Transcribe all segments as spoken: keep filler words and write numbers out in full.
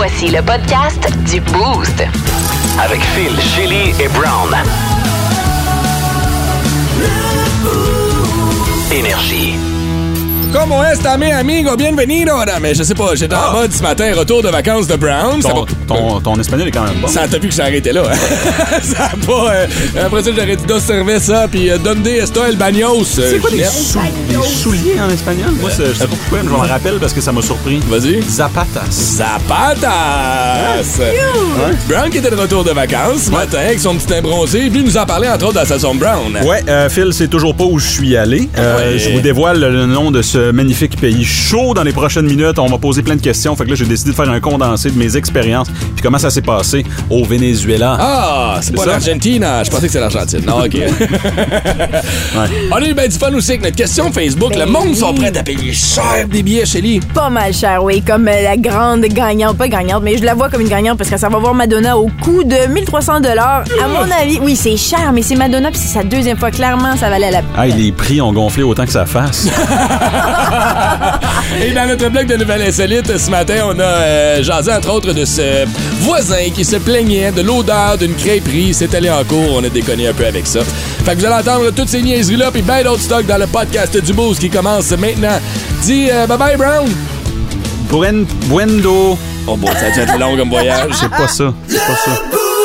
Voici le podcast du Boost. Avec Phil, Chili et Brown. Énergie. Como esta, mi amigo? Bienvenido. Non, mais je sais pas, j'étais en mode ce matin, retour de vacances de Brown. Ça Ton, va- ton, ton espagnol est quand même bon. Ça t'a vu que j'ai arrêté là. Hein? Ça a pas. Euh, après ça, j'ai arrêté de servir ça, puis euh, donde está el baños? C'est quoi des, euh, sou- des souliers en espagnol? Moi, c'est- je sais pas pourquoi, mais je m'en rappelle parce que ça m'a surpris. Vas-y. Zapatas. Zapatas! Ouais. Brown qui était de retour de vacances ce matin avec son petit teint bronzé, puis nous en parler entre autres de la saison Brown. Ouais, euh, Phil, c'est toujours pas où je suis allé. Euh, Ouais. Je vous dévoile le nom de ce magnifique pays chaud dans les prochaines minutes. On va poser plein de questions. Fait que là, j'ai décidé de faire un condensé de mes expériences puis comment ça s'est passé au Venezuela. Ah, c'est C'est pas ça? l'Argentine. Je pensais que c'était l'Argentine. Non, OK. On a eu ben du fun aussi avec notre question Facebook. Ben le monde oui. sont prêts à payer cher des billets, Shelly. Pas mal cher, oui. Comme euh, la grande gagnante. Pas gagnante, mais je la vois comme une gagnante parce que ça va voir Madonna au coût de mille trois cents dollars. À mon avis, oui, c'est cher, mais c'est Madonna puis c'est sa deuxième fois. Clairement, ça valait la peine. Hey, les prix ont gonflé autant que ça fasse. Et dans notre bloc de nouvelles insolites, ce matin, on a euh, jasé entre autres de ce voisin qui se plaignait de l'odeur d'une crêperie. C'est allé en cours, on a déconné un peu avec ça. Fait que vous allez entendre toutes ces niaiseries-là puis ben d'autres stocks dans le podcast du Boost qui commence maintenant. Dis euh, bye-bye, Brown. Buen, buendo. Oh bon, ça a dû être long comme voyage. C'est pas ça. C'est pas ça.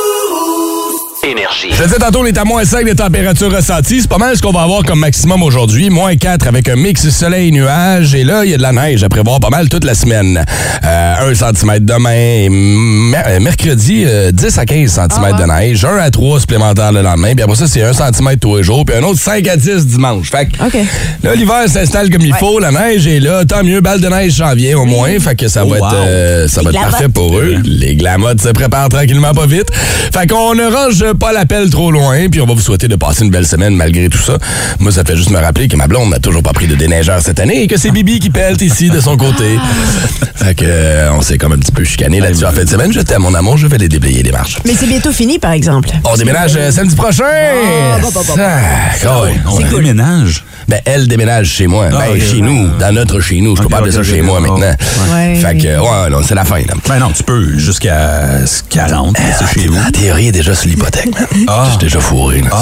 Énergie. Je disais tantôt, on est à moins cinq de température ressentie. C'est pas mal ce qu'on va avoir comme maximum aujourd'hui. moins quatre avec un mix soleil-nuage. Et là, il y a de la neige à prévoir pas mal toute la semaine. Euh, un centimètre demain. Et mer- mercredi, euh, dix à quinze centimètres Ah ouais. de neige. un à trois supplémentaires le lendemain. Puis après ça, c'est un centimètre tous les jours. Puis un autre cinq à dix dimanche. Fait que OK. là, l'hiver s'installe comme il faut. La neige est là. Tant mieux, balle de neige s'en vient au moins. Fait que ça Oh, va être, wow. euh, ça va Les être parfait glamottes. pour eux. Les glamottes se préparent tranquillement, pas vite. Fait qu'on ne range pas l'appel trop loin, puis on va vous souhaiter de passer une belle semaine malgré tout ça. Moi, ça fait juste me rappeler que ma blonde n'a toujours pas pris de déneigeur cette année et que c'est Bibi qui pèle ici de son côté. Fait que euh, on s'est comme un petit peu chicané là-dessus en fin de semaine. Je t'aime, mon amour, je vais les déblayer les marches. Mais c'est bientôt fini, par exemple. On déménage euh, samedi prochain! Ah, bon, bon, bon. Ah, ouais. On déménage. Ben, elle déménage chez moi. Ah, ben, ok, chez ouais. nous, dans notre chez nous. Je peux Ok, pas appeler ok, ça ok, chez ok. moi Oh, maintenant. ouais. Fait que, ouais, non, c'est la fin, là. Ben non, tu peux jusqu'à quarante, c'est chez vous. La théorie est déjà sur l'hypothèque, man. Ah. Je suis déjà fourré, là.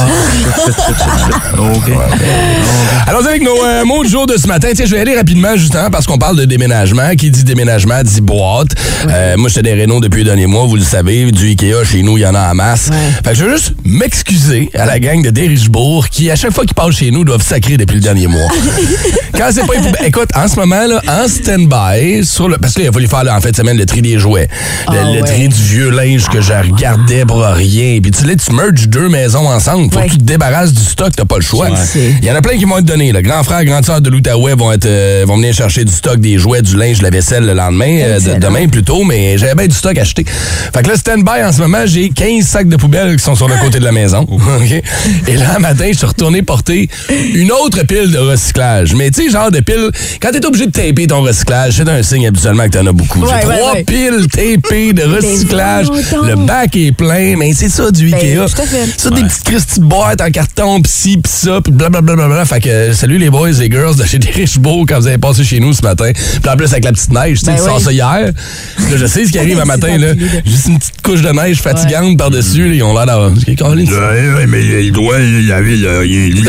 OK. Alors, avec nos euh, mots du jour de ce matin, tiens, je vais aller rapidement, justement, parce qu'on parle de déménagement. Qui dit déménagement dit boîte. Euh, moi, j'étais des rénaux depuis les derniers mois, vous le savez. Du Ikea, chez nous, il y en a en masse. Ouais. Fait que je veux juste m'excuser à la gang de Dérichebourg qui, à chaque fois qu'ils passent chez nous, doivent sacrer depuis le dernier mois. Quand c'est pas... ben, écoute, en ce moment, là, en stand-by, sur le... parce que là, il a fallu faire, là, en fin de semaine, le tri des jouets. Le, Ah, le ouais. tri du vieux linge que je regardais pour rien. Puis tu sais, là, tu merges deux maisons ensemble. Faut Ouais. que tu te débarrasses du stock, t'as pas le choix. sais. Il y en a plein qui vont être donnés. Là. Grand frère, grande sœur de l'Outaouais vont être euh, vont venir chercher du stock, des jouets, du linge, de la vaisselle le lendemain, euh, de- Excellent. demain plutôt, mais j'avais bien du stock acheté. Fait que là, stand-by en ce moment, j'ai quinze sacs de poubelle qui sont sur le côté de la maison. OK? Et là, un matin, je suis retourné porter une autre pile de recyclage. Mais tu sais, genre de pile, quand t'es obligé de taper ton recyclage, c'est un signe habituellement que t'en as beaucoup. Ouais, j'ai ouais, trois ouais. piles tapées de recyclage. voyons donc. Le bac est plein, mais c'est ça du Ben, Ikea. tout à fait. Ça, des petites Christy de boîtes en carton, pis ci, pis ça, pis blablabla. Fait que euh, salut les boys, les girls de chez des Richebourg quand vous avez passé chez nous ce matin. Puis en plus, avec la petite neige, tu sais, Ben tu sors oui. ça hier. Là, je sais ce qui arrive un C'est matin, là. fatigué, là. Juste une petite couche de neige fatigante par-dessus, là, ils ont l'air d'avoir. Oui, mais il doit y avait le. Il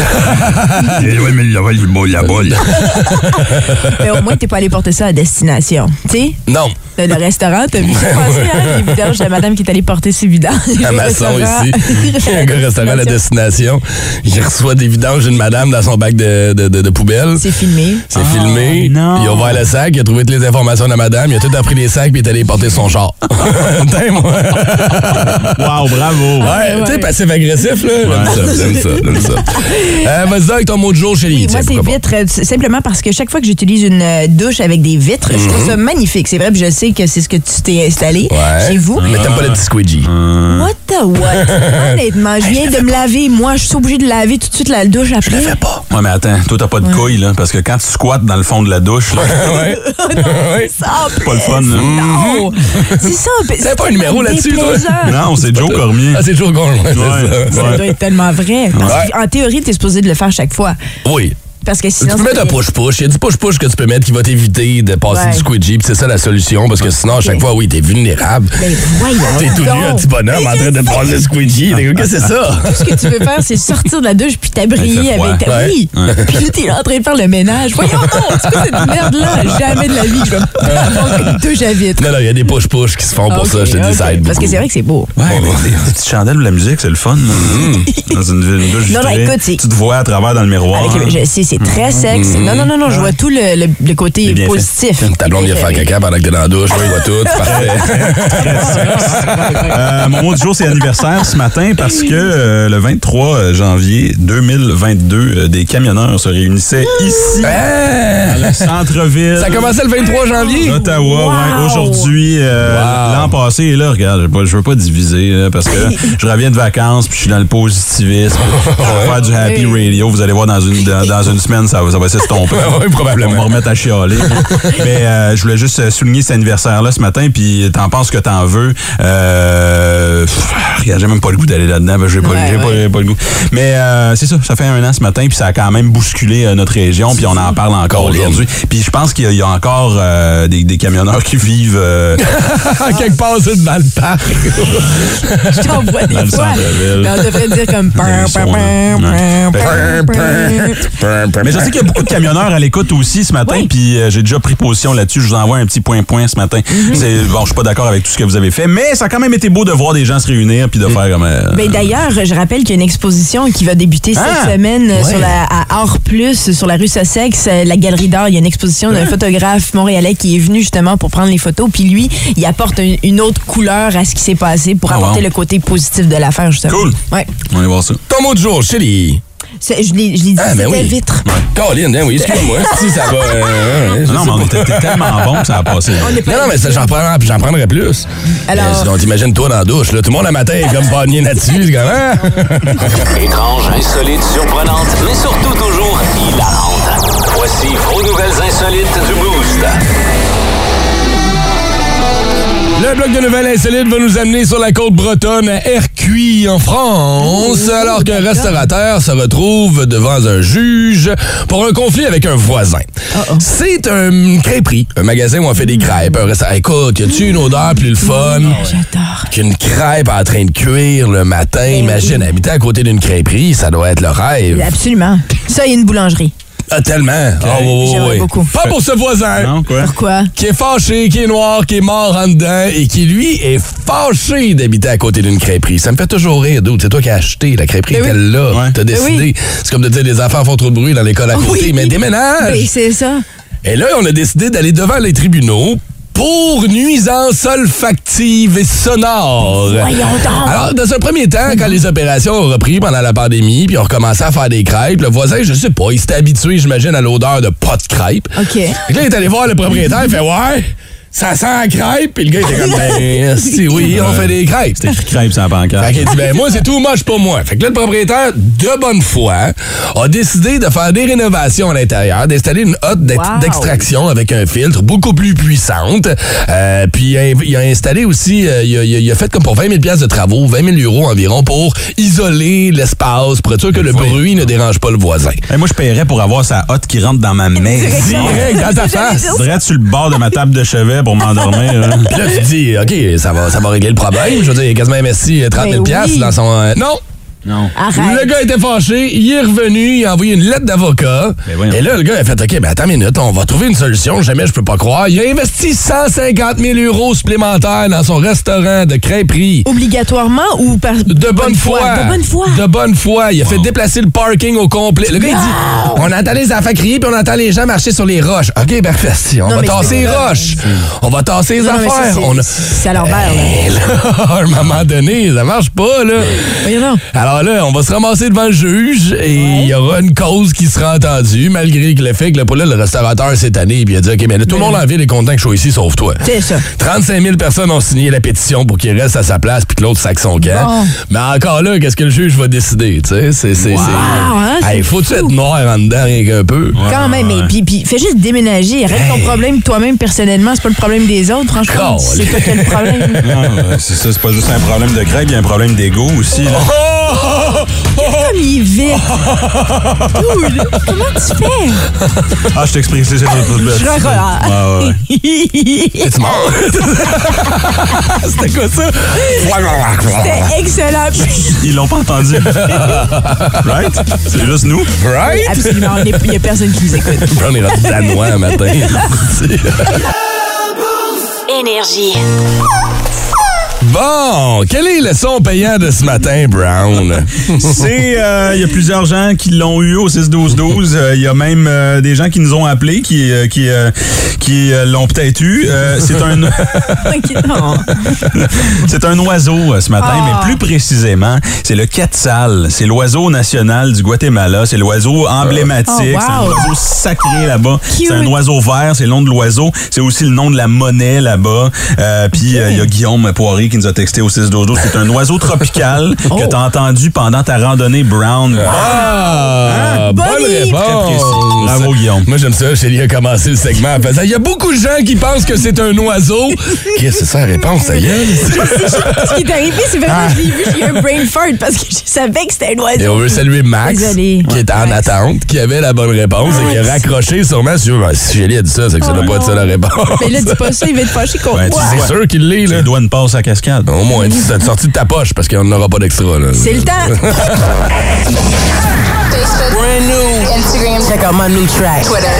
doit mais il avait le bol, la bolle. Mais au moins, t'es pas allé porter ça à destination. Tu sais, Non. le, le restaurant, t'as vu ça passer, hein, les vidanges de madame qui est allée porter ses vidanges. À Au Masson restaurant. ici. Il y a un gars restaurant à la destination. Il reçoit des vidanges d'une madame dans son bac de, de, de, de poubelle. C'est filmé. C'est filmé. non. Il a ouvert le sac, il a trouvé toutes les informations de la madame, il a tout appris les sacs, puis il est allé porter son char. Putain, moi. Wow, bravo. Ouais, tu sais, passif-agressif, là. J'aime ça, j'aime ça, j'aime ça. Euh, Vas-y avec ton mot de jour, Chélie. Oui, Tiens, moi, c'est pourquoi vitre, euh, c'est simplement parce que chaque fois que j'utilise une euh, douche avec des vitres, je trouve ça magnifique. C'est vrai, puis je sais que c'est ce que tu t'es installé pas? Ouais. chez vous. Mais t'aimes pas le petit squeegee. What the what? Honnêtement, je viens de me laver. Moi, je suis obligée de laver tout de suite la douche après. Je le fais pas. Ouais, mais attends, toi, t'as pas de couilles, là, parce que quand tu squattes dans le fond de la douche, là, Ouais. Ouais. Ça, en c'est pas le fun, là. Non! C'est ça. T'avais pas un numéro là-dessus, toi? Non, c'est Joe Cormier. Ah, c'est toujours con, ouais, c'est Ouais. ça. Ça doit être tellement vrai. Parce Ouais. qu'en théorie, t'es supposé de le faire chaque fois. Oui. parce que sinon... Tu peux mettre un push-push. Il y a du push-push que tu peux mettre qui va t'éviter de passer Ouais. du squeegee, puis c'est ça la solution, parce que sinon, à chaque Ok. fois, oui, t'es vulnérable. Ben voyons T'es tout nu, un donc. petit bonhomme en train de prendre le squeegee. Qu'est-ce que c'est ça? Tout ce que tu veux faire, c'est sortir de la douche puis t'abriller Il fait froid. avec ta... Ouais. Oui! Puis là, t'es en train de faire le ménage. Voyons donc, c'est quoi cette merde-là? Jamais de la vie que je vais avoir une douche à vitre. Non, non, il y a des push-push qui se font pour Ok, ça, je te dis, ok. ça aide beaucoup. Parce que c'est vrai que c'est beau. Ouais, mais des, des petites chandelles ou de la musique, c'est le fun. là. Dans une, une douche Non, non, vitrée, écoute, c'est- tu te vois à travers dans le miroir. Avec, je sais, c'est très sexe. Non, non, non, non, je vois tout le, le, le côté C'est bien fait. positif. Ta blonde vient faire caca pendant que t'es dans la douche, tu vois tout, c'est parfait. Euh, mon mot du jour, c'est anniversaire ce matin parce que euh, le vingt-trois janvier deux mille vingt-deux, euh, des camionneurs se réunissaient ici, Hein? dans le centre-ville. Ça a commencé le vingt-trois janvier? Ottawa, Wow. ouais, aujourd'hui, euh, Wow. l'an passé, et là, regarde, je veux pas- je veux pas diviser, là, parce que là, je reviens de vacances, puis je suis dans le positivisme, je vais faire du happy radio, vous allez voir, dans une, dans, dans une semaine, ça, va- ça va s'estomper. Oui, probablement. On va remettre à chialer. Mais euh, je voulais juste souligner cet anniversaire-là ce matin, puis t'en penses que t'en veux. Euh, pff, regarde, j'ai même pas le goût d'aller là-dedans, parce que j'ai pas, Ouais, j'ai ouais. pas, j'ai pas le goût. Mais euh, c'est ça, ça fait un an ce matin, puis ça a quand même bousculé euh, notre région, puis on en parle encore aujourd'hui. Puis je pense qu'il y a, il y a encore euh, des, des camionneurs qui vivent euh, Quelque part, c'est dans le parc. Je t'envoie des Dans le fois. centre-ville. Mais on devrait dire comme... Ils sont là. Mais je sais qu'il y a beaucoup de camionneurs à l'écoute aussi ce matin, Oui. puis euh, j'ai déjà pris position là-dessus. Je vous envoie un petit point-point ce matin. C'est Bon, je suis pas d'accord avec tout ce que vous avez fait, mais ça a quand même été beau de voir des gens se réunir puis de faire comme... euh, Ben, d'ailleurs, je rappelle qu'il y a une exposition qui va débuter Ah! cette semaine euh, Ouais. sur la, à Art Plus, sur la rue Sussex, euh, la Galerie d'Art. Il y a une exposition d'un photographe montréalais qui est venu justement pour prendre les photos. Puis lui, il apporte un- une autre couleur à ce qui s'est passé pour Ah, apporter wow. le côté positif de l'affaire, justement. Cool. Ouais. On va aller voir ça. Ton mot du jour, Chélie. C'est- Je l'ai je l'ai dit, Ah, ben c'était oui. vitre. Caroline, hein, oui, excuse-moi. Si ça va. euh, je Non, sais mais on pas. était tellement bon que ça a passé. On est pas Non, non, mais ça, j'en prendrais, j'en prendrais plus. Alors- Euh, sinon, t'imagines toi dans la douche, là. Tout le monde le matin est comme pogné là-dessus. C'est comme, hein? Étrange, insolite, surprenante, mais surtout toujours hilarante. Voici vos nouvelles insolites du Boost. Le bloc de nouvelles insolites va nous amener sur la côte bretonne à Ercuy, en France, alors qu'un restaurateur se retrouve devant un juge pour un conflit avec un voisin. C'est un crêperie, un magasin où on fait des crêpes. Un restaurant. Écoute, y a-tu une odeur plus le fun J'adore. qu'une crêpe en train de cuire le matin? Imagine, habiter à côté d'une crêperie, ça doit être le rêve. Absolument. Ça, il y a une boulangerie. Ah, tellement. Ah, oui, oui, J'aimerais oui. beaucoup. Pas pour ce voisin. Non, quoi? Pourquoi? Qui est fâché, qui est noir, qui est mort en dedans et qui, lui, est fâché d'habiter à côté d'une crêperie. Ça me fait toujours rire, dude. C'est toi qui as acheté la crêperie, Ben oui. elle là. Ouais. T'as décidé. oui. C'est comme de dire les enfants font trop de bruit dans l'école à côté, Oui. mais déménage. Ben, c'est ça. Et là, on a décidé d'aller devant les tribunaux pour nuisance olfactive et sonore. Voyons donc. Alors, dans un premier temps, quand les opérations ont repris pendant la pandémie, puis on recommençait à faire des crêpes, le voisin, je sais pas, il s'était habitué, j'imagine, à l'odeur de pas de crêpes. OK. Fait que là, il est allé voir le propriétaire, il fait « Ouais, ça sent la crêpe. » Puis le gars était comme « Ben, si oui, on fait des crêpes. » C'était écrit crêpe sur la pancarte. Fait qu'il dit, ben moi, c'est tout moche pour moi. Fait que là, le propriétaire, de bonne foi, a décidé de faire des rénovations à l'intérieur, d'installer une hotte d'ex- Wow. d'extraction avec un filtre beaucoup plus puissante. Euh, puis il a, il a installé aussi, euh, il, a, il a- il a fait comme pour vingt mille piastres de travaux, vingt mille euros environ, pour isoler l'espace, pour être sûr que le bruit ne dérange pas le voisin. Hey, moi, je paierais pour avoir sa hotte qui rentre dans ma maison. Direct dans ta face. Je dirais sur le bord de ma table de chevet pour m'endormir. hein. Puis là, tu te dis, OK, ça va, ça va régler le problème. Je veux dire, il a quasiment investi trente mille Ben piastres oui. dans son... euh, non! Non. Arrête. Le gars était fâché, il est revenu, il a envoyé une lettre d'avocat. Ben voyons. Et là, le gars a fait, OK, ben attends une minute, on va trouver une solution, jamais je peux pas croire. Il a investi cent cinquante mille euros supplémentaires dans son restaurant de crêperie. Obligatoirement ou par... De bonne foi. De bonne foi. De bonne foi. Il a fait déplacer le parking au complet. Le gars, il dit, on entend les enfants crier puis on entend les gens marcher sur les roches. OK, ben, si, on Non, va mais tasser c'est les pas- roches. On va tasser les Non, mais ça, affaires. c'est- On a- c'est à l'envers, là. Eh, là, à un moment donné, ça marche pas, là. Voyons donc. Alors là, on va se ramasser devant le juge et il y aura une cause qui sera entendue, malgré que le fait que là, le restaurateur s'est tanné et il a dit, OK, mais là, tout le monde en ville est content que je sois ici, sauf toi. C'est ça. trente-cinq mille personnes ont signé la pétition pour qu'il reste à sa place puis que l'autre sac son camp. Bon. Mais encore là, qu'est-ce que le juge va décider, tu sais? C'est, c'est, Wow, hein, c'est... c'est Hey, faut-tu fou. être noir en dedans rien qu'un peu? Quand même, mais puis, puis fais juste déménager. Règle ton problème toi-même personnellement. C'est pas le problème des autres, franchement. Oh, C'est toi qui as le problème. Non, euh, c'est ça, c'est pas juste un problème de crêpe, il y a un problème d'ego aussi. Là. Oh! Oh! Oh! lis vite. Dude, comment tu fais? Ah, je t'explique. C'est, c'est, Je recollère. Ouais, ouais. Es-tu mort? C'était quoi ça? C'était excellent. Ils l'ont pas entendu. Right? C'est juste nous. Right? Absolument. Il n'y a personne qui nous écoute. On est rendu danois un matin. Énergie. Bon, quel est le son payant de ce matin, Brown? C'est, il euh, y a plusieurs gens qui l'ont eu au six douze douze. Il euh, y a même euh, des gens qui nous ont appelés qui euh, qui euh, qui euh, l'ont peut-être eu. Euh, c'est un c'est un oiseau euh, ce matin, oh. mais plus précisément, c'est le quetzal. C'est l'oiseau national du Guatemala. C'est l'oiseau emblématique. Oh, wow. C'est un oiseau sacré là-bas. Cute. C'est un oiseau vert. C'est le nom de l'oiseau. C'est aussi le nom de la monnaie là-bas. Euh, Puis il okay. y a Guillaume Poirier qui nous a texté au six douze douze. C'est un oiseau tropical oh. que t'as entendu pendant ta randonnée Brown. Ah! Hein? Bonne réponse! Bravo, Guillaume. Moi, j'aime ça. Chélie a commencé le segment en faisant « Il y a beaucoup de gens qui pensent que c'est un oiseau. » Qu'est-ce que c'est ça la réponse, ça y est? Ce qui est arrivé, c'est vraiment que je l'ai vu, j'ai eu un brain fart parce que je savais que c'était un oiseau. Et on veut saluer Max, Désolé. qui est en Max. attente, qui avait la bonne réponse et qui a raccroché sûrement sur ben, si Chélie a dit ça, c'est que ça oh doit pas être ça la réponse. Mais là, dis pas ça, il va être fâché contre Ouais, moi. C'est sûr qu'il l'est, là. Tu dois une passe à cascade. Au moins, c'est sorti de ta poche parce qu'on n'aura pas d'extra, là. C'est le temps. Facebook. Brand new. Instagram. Check out my new track. Twitter.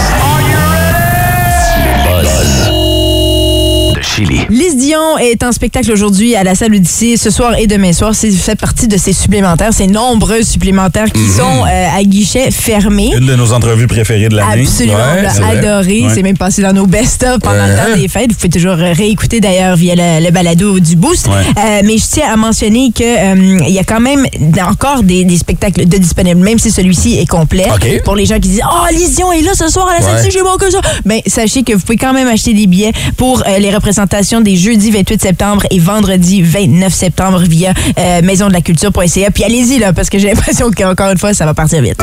De Chili. Lise Dion est en spectacle aujourd'hui à la salle Odyssée ce soir et demain soir. C'est fait partie de ces supplémentaires, ces nombreux supplémentaires qui mm-hmm. sont euh, à guichet fermé. Une de nos entrevues préférées de l'année. Absolument, ouais, on l'a adoré. Ouais. C'est même passé dans nos best-of pendant ouais. le temps des fêtes. Vous pouvez toujours réécouter d'ailleurs via le, le balado du Boost. Ouais. Euh, mais je tiens à mentionner qu'il euh, y a quand même encore des, des spectacles de disponibles, même si celui-ci est complet. Okay. Pour les gens qui disent « Oh, Lise Dion est là ce soir à la salle, ouais. j'ai bon que ça! » Ben, sachez que vous pouvez quand même acheter des billets pour euh, les représentations des jeudi vingt-huit septembre et vendredi vingt-neuf septembre via euh, maison de la culture point c a. Puis allez-y, là, parce que j'ai l'impression qu'encore une fois, ça va partir vite.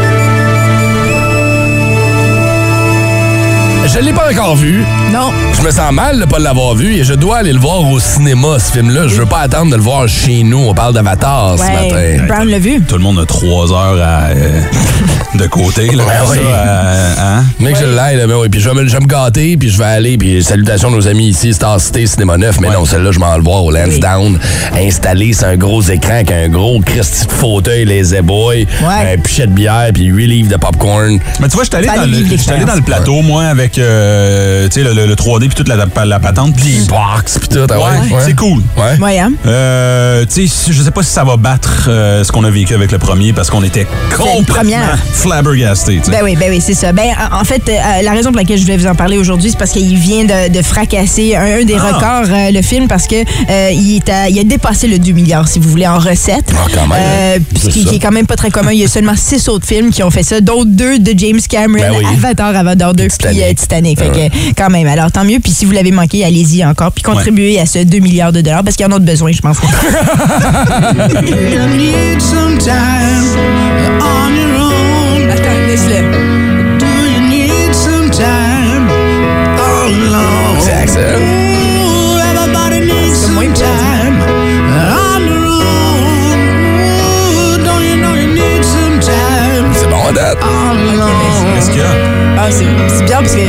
Je l'ai pas encore vu. Non. Je me sens mal de pas l'avoir vu et je dois aller le voir au cinéma, ce film-là. Je veux pas attendre de le voir chez nous. On parle d'Avatar ouais. ce matin. Brown l'a vu. Tout le monde a trois heures à, euh, de côté. Là, ouais, ça, oui. euh, hein? Mais que ouais. je l'aille, là, ben oui. Puis je vais, me, je vais me gâter, puis je vais aller. Puis salutations à nos amis ici, Star City, Cinéma neuf. Mais ouais. non, celle-là, je m'en vais le voir au Lansdowne. Oui. Installé sur un gros écran avec un gros Christy de fauteuil, les ébouilles, ouais. un pichet de bière, puis huit livres de popcorn. Mais tu vois, je suis allé, dans le, allé dans le plateau, ouais. moi, avec... Euh, tu sais, le, le, le trois D puis toute la, la, la patente. Puis box puis tout. Ouais, ouais. C'est cool. Ouais. Ouais, hein? Euh, tu sais, je sais pas si ça va battre euh, ce qu'on a vécu avec le premier parce qu'on était complètement flabbergastés. T'sais. Ben oui, ben oui, c'est ça. Ben, en fait, euh, la raison pour laquelle je voulais vous en parler aujourd'hui, c'est parce qu'il vient de, de fracasser un, un des ah. records, euh, le film, parce que euh, il, est à, il a dépassé le deux milliards, si vous voulez, en recettes. Ah, quand même. Euh, ce qui, qui est quand même pas très commun. Il y a seulement six autres films qui ont fait ça, dont deux de James Cameron, ben oui. Avatar, Avatar deux, puis euh, Titanic. Fait ouais. que, quand même. Alors, tant mieux. Puis si vous l'avez manqué, allez-y encore. Puis contribuez ouais. à ce deux milliards de dollars parce qu'il y en a de besoin, je pense. Attends, laisse-le. C'est Axel. C'est moins C'est bon à date. Qu'est-ce qu'il y a? Ah, c'est, c'est bien parce que...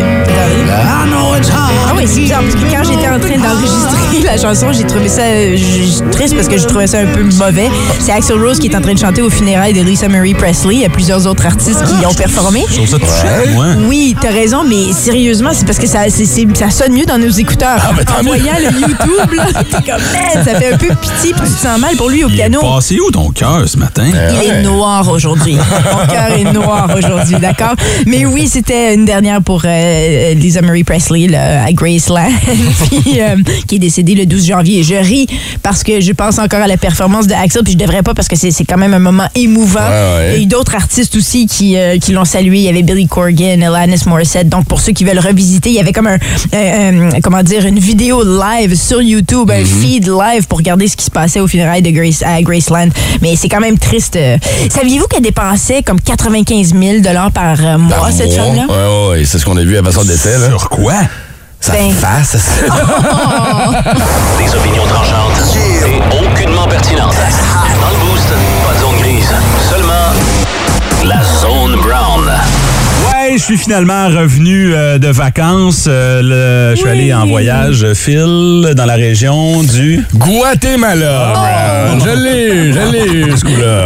Ah oui, c'est bizarre parce que quand j'étais en train d'enregistrer la chanson, j'ai trouvé ça euh, triste parce que je trouvais ça un peu mauvais. C'est Axl Rose qui est en train de chanter aux funérailles de Lisa Marie Presley. Il y a plusieurs autres artistes qui y ont performé. Je trouve ça touchant, ouais. Oui, t'as raison, mais sérieusement, c'est parce que ça, c'est, c'est, ça sonne mieux dans nos écouteurs. Ah, ben, en voyant le YouTube, là, t'es comme, man, ça fait un peu pitié puis tu te sens mal pour lui au il piano. Il est passé où ton cœur ce matin? Il ouais. est noir aujourd'hui. Mon cœur est noir aujourd'hui, d'accord? Mais oui, c'était une dernière pour euh, Lisa Marie Presley là, à Graceland, puis, euh, qui est décédée le douze janvier. Et je ris parce que je pense encore à la performance de Axl, puis je devrais pas parce que c'est, c'est quand même un moment émouvant. Ouais, ouais. Il y a eu d'autres artistes aussi qui, euh, qui l'ont salué. Il y avait Billy Corgan, Alanis Morissette. Donc, pour ceux qui veulent revisiter, il y avait comme un, un, un comment dire, une vidéo live sur YouTube, mm-hmm. un feed live pour regarder ce qui se passait au funérailles de Grace, à Graceland. Mais c'est quand même triste. Saviez-vous qu'elle dépensait comme quatre-vingt-quinze mille dollars par mois, par cette femme-là? Oui, oui, ouais. C'est ce qu'on a vu avant son décès. Là. Sur quoi? Sa ben... face. Oh. Des opinions tranchantes et aucunement pertinentes. Dans le Boost, pas de zone grise, seulement la zone brown. Ouais, je suis finalement revenu euh, de vacances. Euh, le, je suis Oui. allé en voyage, Phil, dans la région du... Guatemala, Brown. Je l'ai, je l'ai, ce coup-là.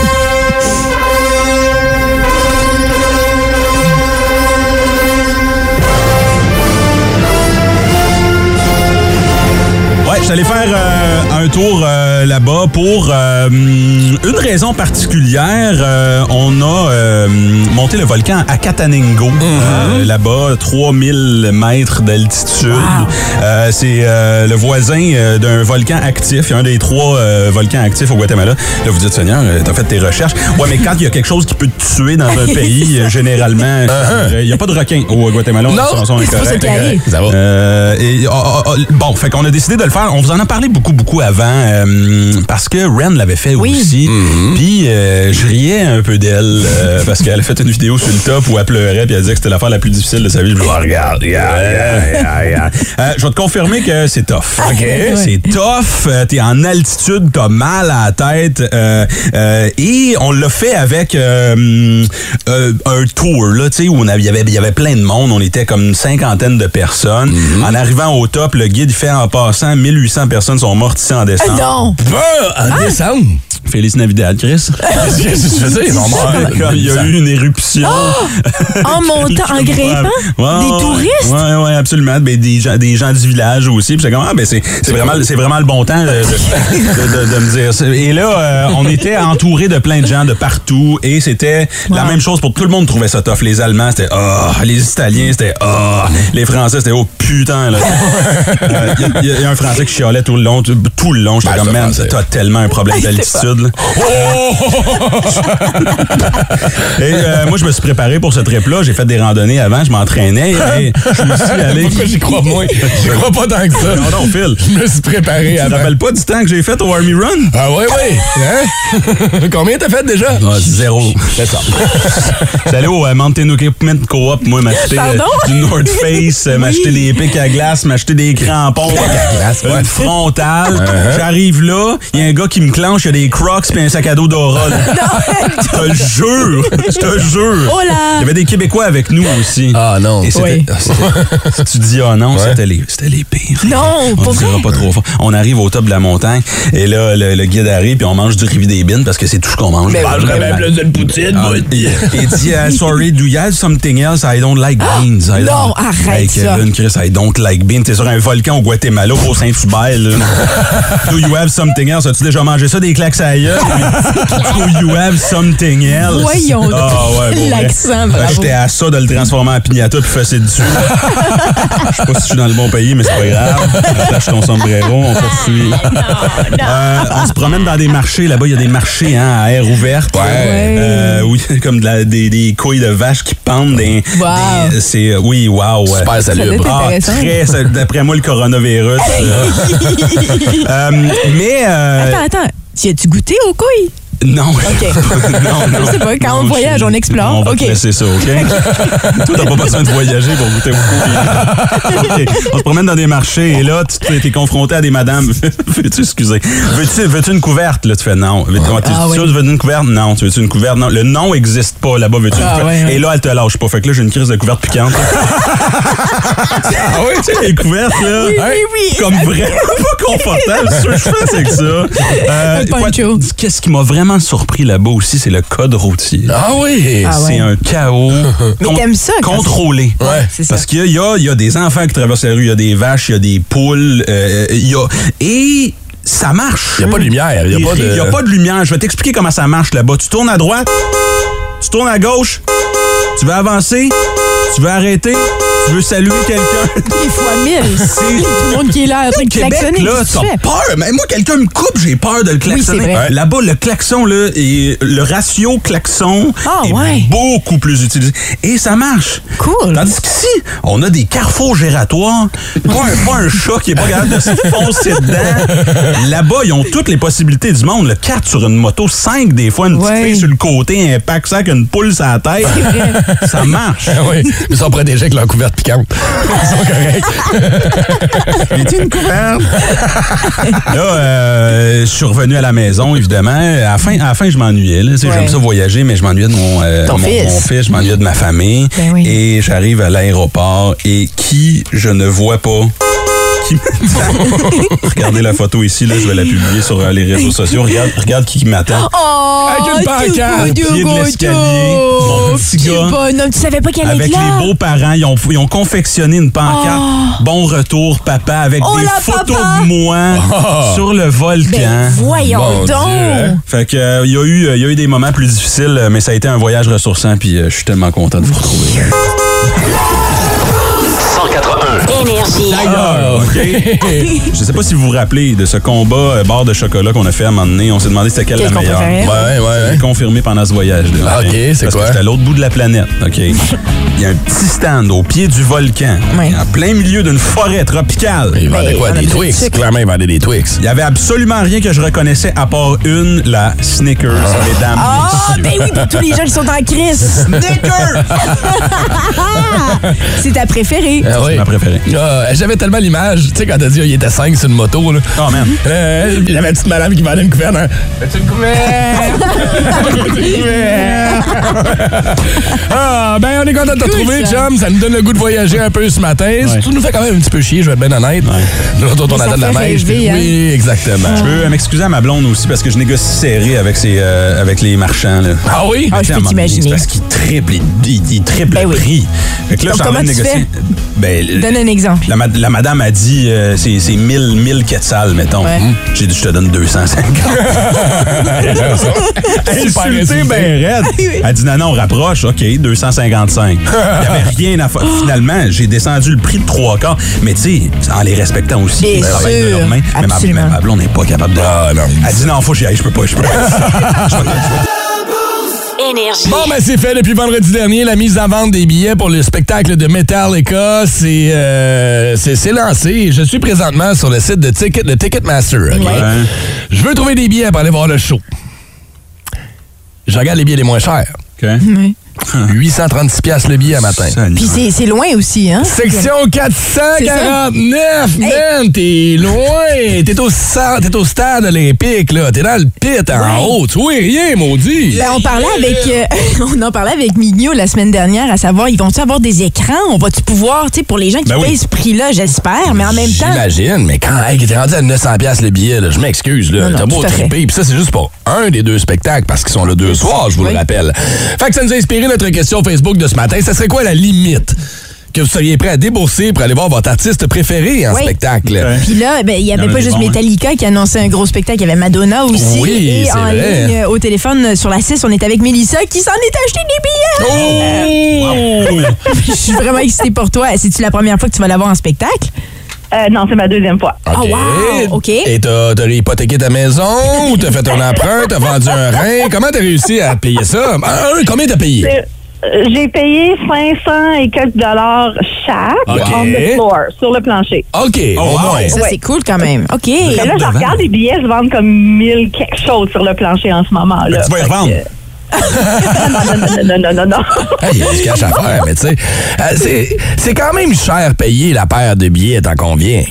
Ouais, je suis allé faire euh, un tour euh, là-bas pour euh, une raison particulière. Euh, on a euh, monté le volcan Acatanango, mm-hmm. euh, là-bas, trois mille mètres d'altitude. Wow. Euh, c'est euh, le voisin euh, d'un volcan actif. Il y a un des trois euh, volcans actifs au Guatemala. Là, vous dites, Seigneur, t'as fait tes recherches. Ouais, mais quand il y a quelque chose qui peut te tuer dans un pays, euh, généralement, il uh-huh. n'y a pas de requins au Guatemala. Non, c'est pour ça qu'il arrive. Ça va. Euh, et, oh, oh, oh, bon, fait qu'on a décidé de le faire. On vous en a parlé beaucoup, beaucoup avant euh, parce que Ren l'avait fait oui. aussi. Mm-hmm. Puis euh, je riais un peu d'elle euh, parce qu'elle a fait une vidéo sur le top où elle pleurait puis elle disait que c'était l'affaire la plus difficile de sa vie. Je me dis, oh, regarde, regarde, regarde, regarde. Euh, je vais te confirmer que c'est tough. OK? Ouais. C'est tough. Euh, t'es en altitude, t'as mal à la tête. Euh, euh, et on l'a fait avec euh, euh, un tour, là, tu sais, où il y avait, y avait plein de monde. On était comme une cinquantaine de personnes. Mm-hmm. En arrivant au top, le guide fait en passant mille huit cents personnes sont mortes ici en décembre. Ah non! Ah, en ah. décembre? Félix Navidad, Chris. Qu'est-ce que tu faisais? Ils sont morts. Il y a eu une éruption. Oh! En montant, en grimpant? Ouais, des touristes? Oui, oui, absolument. Ben, des, gens, des gens du village aussi. Puis c'est comme, ah, ben, c'est, c'est, vraiment, c'est vraiment le bon temps de, de, de, de, de me dire. Et là, euh, on était entouré de plein de gens de partout. Et c'était wow. la même chose pour tout le monde trouvait ça tough. Les Allemands, c'était ah. Oh. Les Italiens, c'était ah. Oh. Les Français, c'était oh putain. Il euh, y, y, y a un Français qui chialait tout le long. Tout, tout le long. J'étais ben, comme, man, t'as tellement un problème d'altitude. Oh! Et euh, moi, je me suis préparé pour ce trip-là. J'ai fait des randonnées avant. Je m'entraînais. Et je me suis allé... Pourquoi j'y crois moins? Je crois pas tant que ça. Non, non, Phil. Je me suis préparé avant. Tu te rappelles pas du temps que j'ai fait au Army Run? Ah oui, oui. Hein? Combien t'as fait déjà? Ah, zéro. C'est ça. J'étais allé au euh, Mountain Equipment Co-op. Moi, m'acheter euh, du North Face, euh, m'acheter oui. des pics à glace, m'acheter des crampons. glace, ouais. Une frontale. Uh-huh. J'arrive là, il y a un gars qui me clenche, il y a des Crocs puis un sac à dos d'Aura. Je te jure, je te jure. Oh là. Il y avait des Québécois avec nous aussi. Ah non. Et c'était, oui. c'était, si tu dis ah non, ouais. c'était, les, c'était les pires. Non, on ne dira pas trop fort. On arrive au top de la montagne et là, le, le guide arrive puis on mange du riz des bines parce que c'est tout ce qu'on mange. Mais je mangerais même plus d'une poutine. Ah, il, il dit uh, sorry, do you have something else? I don't like beans. I non, don't, arrête hey, ça. Kevin, Chris, I don't like beans. T'es sur un volcan au Guatemala, au Saint-Hubert. Do you have something else? As-tu déjà mangé ça, des claques à gueule? Do you have something else? Voyons. Ah ouais, bon, l'accent, ben, j'étais à ça de le transformer en piñata puis fesser dessus. Je sais pas si je suis dans le bon pays, mais c'est pas grave. Attache ton sombrero, on poursuit. Euh, on se promène dans des marchés. Là-bas, il y a des marchés hein, à air ouverte. Ouais. Euh, oui, comme de la, des, des couilles de vache qui pendent. Des, wow. des, c'est, oui, wow. Super salubre. Ah, très, d'après moi, le coronavirus. euh, euh, mais... Euh, attends, attends. Tu as-tu goûté aux couilles? Non. OK. non, non. Je sais pas, quand non, on voyage, je, on explore. On va OK. presser ça, OK? Toi, t'as pas besoin de voyager pour goûter beaucoup. OK. On se promène dans des marchés et là, tu t'es confronté à des madames. Veux-tu, excusez. Veux-tu, veux-tu une couverte? Là, tu fais non. Veux-tu, ah, oui. tu veux une couverte? Non. Tu veux-tu une couverte? Non. Le non n'existe pas là-bas. Veux-tu une ah, couverte? Ouais, ouais. Et là, elle te lâche pas. Fait que là, j'ai une crise de couverte piquante. Ah oui, tu sais, les couvertes, là. Oui, oui, oui. Comme vraiment pas confortable. Ce que je fais, c'est que ça. Euh, poncho. Qu'est-ce qui m'a vraiment surpris là-bas aussi, c'est le code routier. Ah oui! Ah c'est ouais. un chaos. Mais con- t'aimes ça? Contrôlé. Ouais, c'est ça. Parce qu'il y a, il y, a, il y a des enfants qui traversent la rue, il y a des vaches, il y a des poules, euh, il y a... Et... ça marche. Il n'y a pas de lumière. Il n'y a, pas de... y a pas de lumière. Je vais t'expliquer comment ça marche là-bas. Tu tournes à droite, tu tournes à gauche, tu veux avancer, tu veux arrêter, tu veux saluer quelqu'un. Des fois mille. C'est tout le monde qui est là en train de Québec, klaxonner. là, t'as peur. Mais moi, quelqu'un me coupe, j'ai peur de le klaxonner. Oui, c'est vrai. Là-bas, le klaxon, là, et le ratio klaxon oh, est ouais. beaucoup plus utilisé. Et ça marche. Cool. Tandis qu'ici, on a des carrefours gératoires. Pas un, pas un chat qui est pas capable de se foncer dedans. Là-bas, ils ont toutes les possibilités du monde. Le quatre sur une moto, cinq des fois, une petite ouais. fille sur le côté, un pack-sac, une poule sur la tête. Ça marche. oui, ils sont protégés avec leur couverture patates piquantes. Ils sont corrects. J'ai une couverte. Là, euh, je suis revenu à la maison, évidemment. À la fin, à la fin je m'ennuyais. Là. Ouais. J'aime ça voyager, mais je m'ennuyais de mon, euh, mon, fils. mon fils, je m'ennuyais de ma famille. Ben oui. Et j'arrive à l'aéroport et qui je ne vois pas... Qui Regardez la photo ici, là, je vais la publier sur euh, les réseaux sociaux. Regarde, regarde qui m'attend. Oh, avec une pancarte au pied de l'escalier. Mon petit gars. Bonhomme, tu savais pas qu'elle allait avec là? Les beaux-parents, ils ont, ils ont confectionné une pancarte. Oh. Bon retour, papa, avec oh, des photos papa. de moi oh. sur le volcan. Ben, voyons Mon donc. Dieu. Fait que il euh, y a eu, il y a eu des moments plus difficiles, mais ça a été un voyage ressourçant, puis euh, je suis tellement content de vous retrouver. cent quatre-un Énergie. D'ailleurs, OK. Je sais pas si vous vous rappelez de ce combat euh, barre de chocolat qu'on a fait à un moment donné. On s'est demandé c'était quelle Quel la meilleure. Ouais, ouais, ouais. C'est confirmé pendant ce voyage-là. Ah, OK, c'est Parce quoi? que j'étais à l'autre bout de la planète, OK? Il y a un petit stand au pied du volcan, ouais. en plein milieu d'une forêt tropicale. Ils vendaient quoi? Des Twix? Clairement, ils vendaient des Twix. Il y avait absolument rien que je reconnaissais à part une, la Snickers, Ah. mesdames Ah, et ben oui, pour tous les gens qui sont en crise. Snickers! C'est ta préférée. Ah oui. C'est ma préférée. Ah, j'avais tellement l'image, tu sais, quand t'as dit oh, il était cinq sur une moto, là. Oh, man. Euh, il y avait une petite madame qui vendait une couverte. Hein. Fais-tu une couverte? Fais-tu une couverte? Ah, ben, on est content de te retrouver, chum. Ça nous donne le goût de voyager un peu ce matin. Ouais. Tu nous fais quand même un petit peu chier, je vais être bien honnête. Ouais. Nous, on, on attend de la neige. Rêver, hein? Oui, exactement. Je veux m'excuser à ma blonde aussi parce que je négocie serré avec, ses, euh, avec les marchands. Là. Ah oui? Ah, je peux t'imaginer. Parce qu'ils triplent, ils, ils triplent ben le oui. prix. Fait que là, donc, je suis en train de négocier. Ben, donne un exemple. La, la madame a dit euh, c'est, c'est mille, mille quetzals, mettons. Ouais. Hum. J'ai dit je te donne deux cent cinquante. Insulté, ben raide. Elle dit non, non, on rapproche. OK, deux cent cinquante-cinq. Il n'y avait rien à faire. Finalement, j'ai descendu le prix de trois quarts. Mais tu sais, en les respectant aussi. Bien ils travaillent de sûr. leurs mains. Mais ma, mais ma blonde n'est pas capable de. Ah, non. Elle dit non, faut que j'y aille, je peux pas, je peux pas. Je peux pas. Énergie. Bon, ben c'est fait depuis vendredi dernier. La mise en vente des billets pour le spectacle de Metallica, c'est, euh, c'est, c'est lancé. Je suis présentement sur le site de Ticket, de Ticketmaster. Okay? Ouais. Je veux trouver des billets pour aller voir le show. Je regarde les billets les moins chers. OK. Oui. huit cent trente-six piastres le billet à matin. Puis c'est, c'est loin aussi, hein? Section quatre cent quarante-neuf, man! T'es loin! T'es au, t'es au stade olympique, là. T'es dans le pit en ouais. haut. Tu vois rien, maudit! Ben, on parlait avec... Euh, on en parlait avec Mignot la semaine dernière, à savoir, ils vont-tu avoir des écrans? On va-tu pouvoir, tu sais, pour les gens qui ben payent oui. ce prix-là, j'espère, mais en même temps... J'imagine, mais quand hey, t'es rendu à neuf cents piastres le billet, là, je m'excuse, là. Non, non, t'as beau triper. Puis ça, c'est juste pour un des deux spectacles, parce qu'ils sont là deux soirs, je vous oui. le rappelle. Fait que ça nous a inspiré notre question Facebook de ce matin. Ça serait quoi la limite que vous seriez prêt à débourser pour aller voir votre artiste préféré en oui. spectacle? Okay. Puis là, ben, il n'y avait pas juste bons, Metallica hein? qui annonçait un gros spectacle, il y avait Madonna aussi. Oui, et c'est en vrai. ligne, au téléphone, sur la six, on est avec Mélissa qui s'en est acheté des billets. Oh! Je suis vraiment excitée pour toi. C'est-tu la première fois que tu vas la voir en spectacle? Euh, non, c'est ma deuxième fois. OK. Oh, wow. OK. Et t'as, t'as hypothéqué ta maison ou t'as fait un emprunt, t'as vendu un rein? Comment t'as réussi à payer ça? Un, combien t'as payé? C'est... J'ai payé cinq cents et quelques dollars chaque okay. on the floor, sur le plancher. OK, oh, au wow. moins. Ça, c'est cool quand même. OK. Mais là, je regarde les billets se vendent comme mille quelque chose sur le plancher en ce moment. Là. Tu vas y revendre. non, non, non, non, non, non, non. Hey, il y a du cash à faire, mais tu sais, euh, c'est, c'est quand même cher payer la paire de billets, t'en conviens?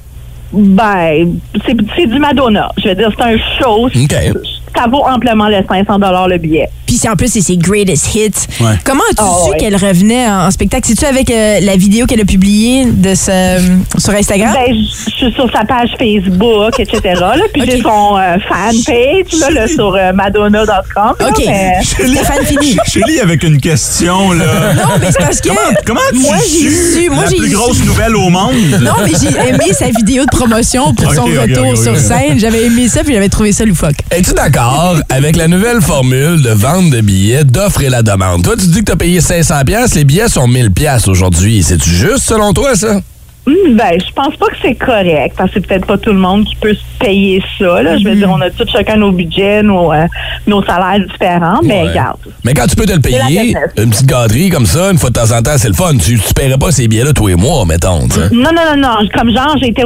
Ben, c'est, c'est du Madonna. Je veux dire, c'est un show. OK. Ça vaut amplement les cinq cents dollars le billet. Puis c'est en plus, c'est ses greatest hits. Ouais. Comment as-tu oh, su ouais. qu'elle revenait en, en spectacle? C'est-tu avec euh, la vidéo qu'elle a publiée de ce, euh, sur Instagram? Ben, je suis sur sa page Facebook, et cetera. Là, puis okay. j'ai son euh, fanpage là, là, sur euh, madonna point com. OK. Mais... Stéphane fini. Chélie avec une question, là. Non, mais c'est parce que... Comment, comment tu moi, j'ai su, moi, la j'ai plus su. grosse nouvelle au monde? Non, mais j'ai aimé sa vidéo de promotion pour okay, son okay, retour okay, sur okay. scène. J'avais aimé ça, puis j'avais trouvé ça loufoque. Es-tu d'accord avec la nouvelle formule de vente de billets, d'offre et la demande? Toi, tu dis que tu as payé cinq cents piastres, les billets sont mille piastres aujourd'hui. C'est-tu juste selon toi, ça? Mmh, ben, je pense pas que c'est correct, parce que c'est peut-être pas tout le monde qui peut se payer ça. Là. Mm-hmm. Je veux dire, on a tous chacun nos budgets, nos, euh, nos salaires différents, mais ouais. regarde. Mais quand tu peux te le payer, une petite gâterie comme ça, une fois de temps en temps, c'est le fun. Tu, tu paierais pas ces billets-là tous les mois, mettons. T'sais. Non, non, non, non. Comme genre, j'ai été voir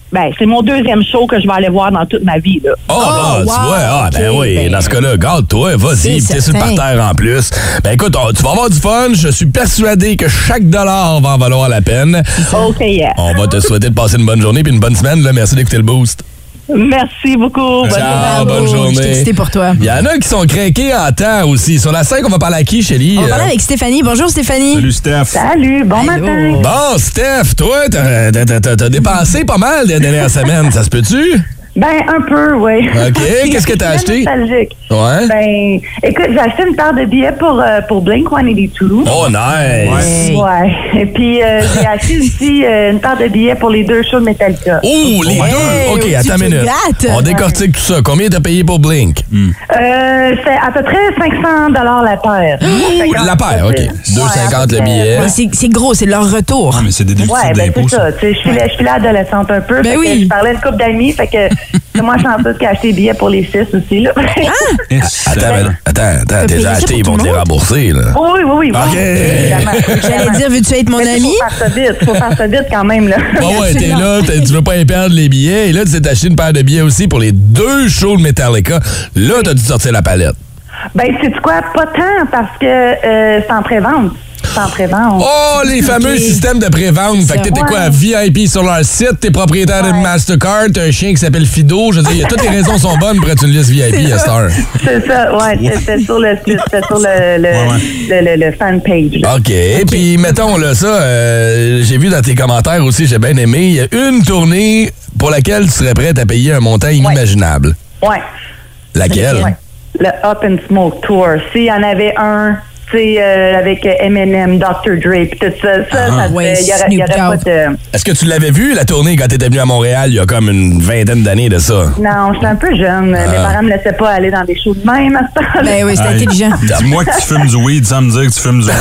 Ben, c'est mon deuxième show que je vais aller voir dans toute ma vie, là. Oh, Oh, là, wow, tu vois, ah, ben ok, oui, ben, dans ce cas-là, garde-toi, vas-y, c'est t'es sur le certain. parterre en plus. Ben écoute, on- tu vas avoir du fun, je suis persuadé que chaque dollar va en valoir la peine. OK, yeah. On va te souhaiter de passer une bonne journée puis une bonne semaine, là. Merci d'écouter le boost. Merci beaucoup. Bonne Ciao, journée. bonne Je suis journée. excitée pour toi. Il y en a qui sont craqués en temps aussi. Sur la scène, on va parler à qui, Shelly? On va parler avec Stéphanie. Bonjour, Stéphanie. Salut, Steph. Salut, bon Allô. matin. Bon, Steph, toi, t'as, t'as- t'as- t'as dépensé pas mal les dernières semaines. Ça se peut-tu? Ben, un peu, oui. OK. Qu'est-ce que t'as Je suis acheté? nostalgique. Ouais. Ben, écoute, j'ai acheté une paire de billets pour, euh, pour Blink cent quatre-vingt-deux. Oh, nice. Hey. Ouais. Et puis, euh, j'ai acheté aussi euh, une paire de billets pour les deux shows de Metallica. Oh, les Hey, deux. OK, tu attends te une minute. gâtes. On décortique tout ça. Combien t'as payé pour Blink? Euh, c'est à peu près cinq cents dollars la paire. Ouh, la paire, OK. deux cent cinquante le billet. Ouais, c'est, c'est gros, c'est leur retour. Ah, mais c'est des déficits Ouais, ben d'impôts, c'est ça. Tu sais, je suis la- je suis l'adolescente un peu. Ben fait que oui. Je parlais à une couple d'amis, fait que c'est moi chanceuse qui a acheté des billets pour les six aussi, là. Et Attends, ça- ben, attends, attends, T'as t'es payé ça acheté, pour ils tout vont le te les monde? rembourser, là. Oui, oui, oui. OK. oui, évidemment, J'allais évidemment. dire, veux-tu être mon Mais ami? Faut faire ça vite. Faut faire ça vite quand même, là. Bon, ouais, t'es là, t'es- tu veux pas y perdre les billets. Et là, tu t'es acheté une paire de billets aussi pour les deux shows de Metallica. Là, t'as dû sortir la palette. Ben, c'est quoi? Pas tant, parce que euh, c'est en pré-vente. C'est en pré-vente. Oh, les fameux Ok. systèmes de pré-vente. Fait que t'étais Ouais. quoi, V I P sur leur site, t'es propriétaire de Ouais. Mastercard, t'as un chien qui s'appelle Fido. Je veux dire, toutes les raisons sont bonnes pour être une liste V I P à cette heure. C'est ça, ouais. C'était sur le site, c'était sur le, le, Ouais, ouais. le, le, le fan page. là. OK. Puis, mettons, là, ça, euh, j'ai vu dans tes commentaires aussi, j'ai bien aimé, il y a une tournée pour laquelle tu serais prête à payer un montant inimaginable. Ouais. Laquelle? Ouais. Le Up and Smoke Tour. S'il y en avait un, tu sais, euh, avec Eminem, docteur Dre, puis tout ça, ça, ça ouais, il y aurait, il y aurait Snoop pas Dogg. de... Est-ce que tu l'avais vu, la tournée, quand t'étais venu à Montréal, il y a comme une vingtaine d'années de ça? Non, j'étais un peu jeune. Mes parents me laissaient pas aller dans des shows de même à ce temps-là. Ben oui, c'est Hey, intelligent. Dis-moi que tu fumes du weed sans me dire que tu fumes du weed.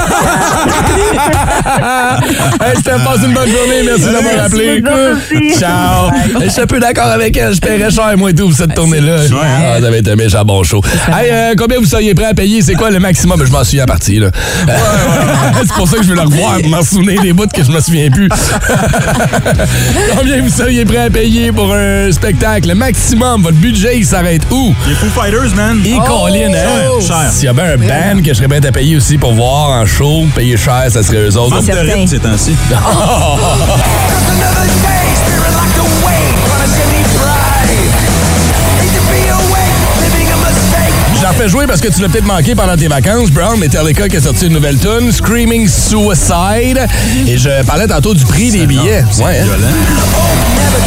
Hey, Steph, passe une bonne journée. Merci de m'avoir appelé. vous autres aussi. Ciao. Je suis un peu d'accord avec elle. Je paierais cher, moi et tout, pour cette tournée-là. Ah, ça va être un méchant bon show. Hey, euh, combien vous seriez prêt à payer? C'est quoi le maximum? Je m'en souviens à partie, là. C'est pour ça que je veux le revoir, pour m'en souvenir des bouts que je me souviens plus. Combien vous seriez prêt à payer pour un spectacle? Le maximum, votre budget, il s'arrête où? Les Foo Fighters, man. Et Colin, hein? Cher. S'il y avait un band que je serais prêt à payer aussi pour voir en show, payer cher, ça serait eux autres. Vente de certain. rythme ces temps-ci. J'en fais jouer parce que tu l'as peut-être manqué pendant tes vacances. Brown, Metallica qui a sorti une nouvelle tune, Screaming Suicide. Et je parlais tantôt du prix des billets. C'est Ouais, hein? violent.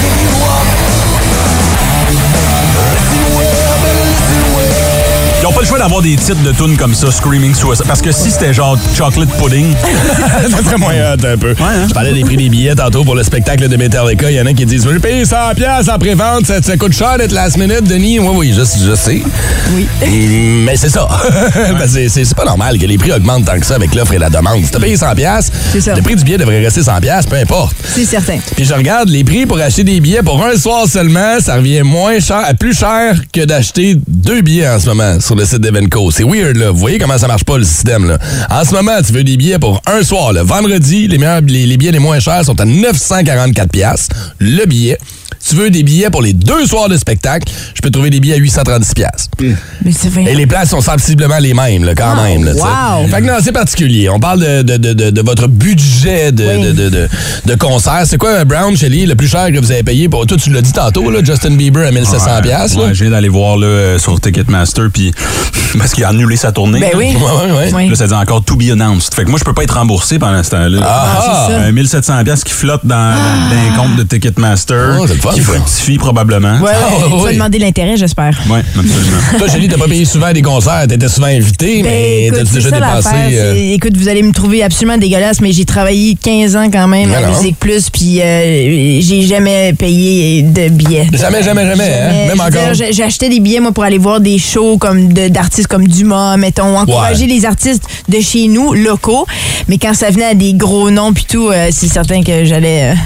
Ils n'ont pas le choix d'avoir des titres de tunes comme ça, Screaming Suicide. Parce que si c'était genre Chocolate Pudding, ça serait moins hot un peu. hein? Je parlais des prix des billets tantôt pour le spectacle de Metallica. Il y en a qui disent, j'ai payé cent dollars en pré-vente, ça, ça coûte cher d'être last minute, Denis. Oui, oui, je, je sais. Oui. Mm, Mais c'est ça. Ben, c'est, c'est, c'est pas normal que les prix augmentent tant que ça avec l'offre et la demande. Si t'as payé cent dollars, C'est ça. le prix du billet devrait rester cent dollars, peu importe. C'est certain. Puis je regarde les prix pour acheter des billets pour un soir seulement, ça revient moins cher, plus cher que d'acheter deux billets en ce moment sur le site d'Evenco. C'est weird, là. Vous voyez comment ça marche pas, le système, là. En ce moment, tu veux des billets pour un soir, le vendredi, les, meilleurs, les, les billets les moins chers sont à neuf cent quarante-quatre dollars le billet. Tu veux des billets pour les deux soirs de spectacle, je peux trouver des billets à huit cent trente-six dollars. Mais c'est vrai. Et les places sont sensiblement les mêmes, là, quand Ah, même. Là, tu sais. wow. Fait que non, c'est particulier. On parle de, de, de, de, de votre budget de, Oui. de, de, de, de concert. C'est quoi, Brown, Shelly, le plus cher que vous avez payé? Pour... Toi, tu l'as dit tantôt, là, Justin Bieber à mille sept cents dollars. Ouais, ouais, je viens d'aller voir là, euh, sur Ticketmaster, puis parce qu'il a annulé sa tournée. Ben là. oui. Ouais, ouais, ouais. Oui. Là, ça dit encore to be announced. Fait que moi, je peux pas être remboursé pendant ce temps-là. Ah, c'est ça. Euh, mille sept cents dollars qui flotte dans, dans les comptes de Ticketmaster, Oh, c'est le fun, qui ça. fructifie probablement. Ouais, ouais. Ah, Tu vas oui. demander l'intérêt, j'espère. Ouais, absolument. Toi, Shelly, t'as pas payé souvent des concerts. T'étais souvent invité, Ben, mais écoute, t'as-tu c'est déjà ça dépassé? l'affaire, euh, c'est- Écoute, vous allez me trouver absolument dégueulasse, mais j'ai travaillé quinze ans quand même à Alors? Musique Plus, puis euh, j'ai jamais payé de billets. Jamais, jamais, jamais, hein? Même Je veux encore. dire, j'ai- J'ai acheté des billets, moi, pour aller voir des shows comme de- d'artistes comme Dumas, mettons, encourager Ouais. les artistes de chez nous, locaux. Mais quand ça venait à des gros noms puis tout, euh, c'est certain que j'allais... euh,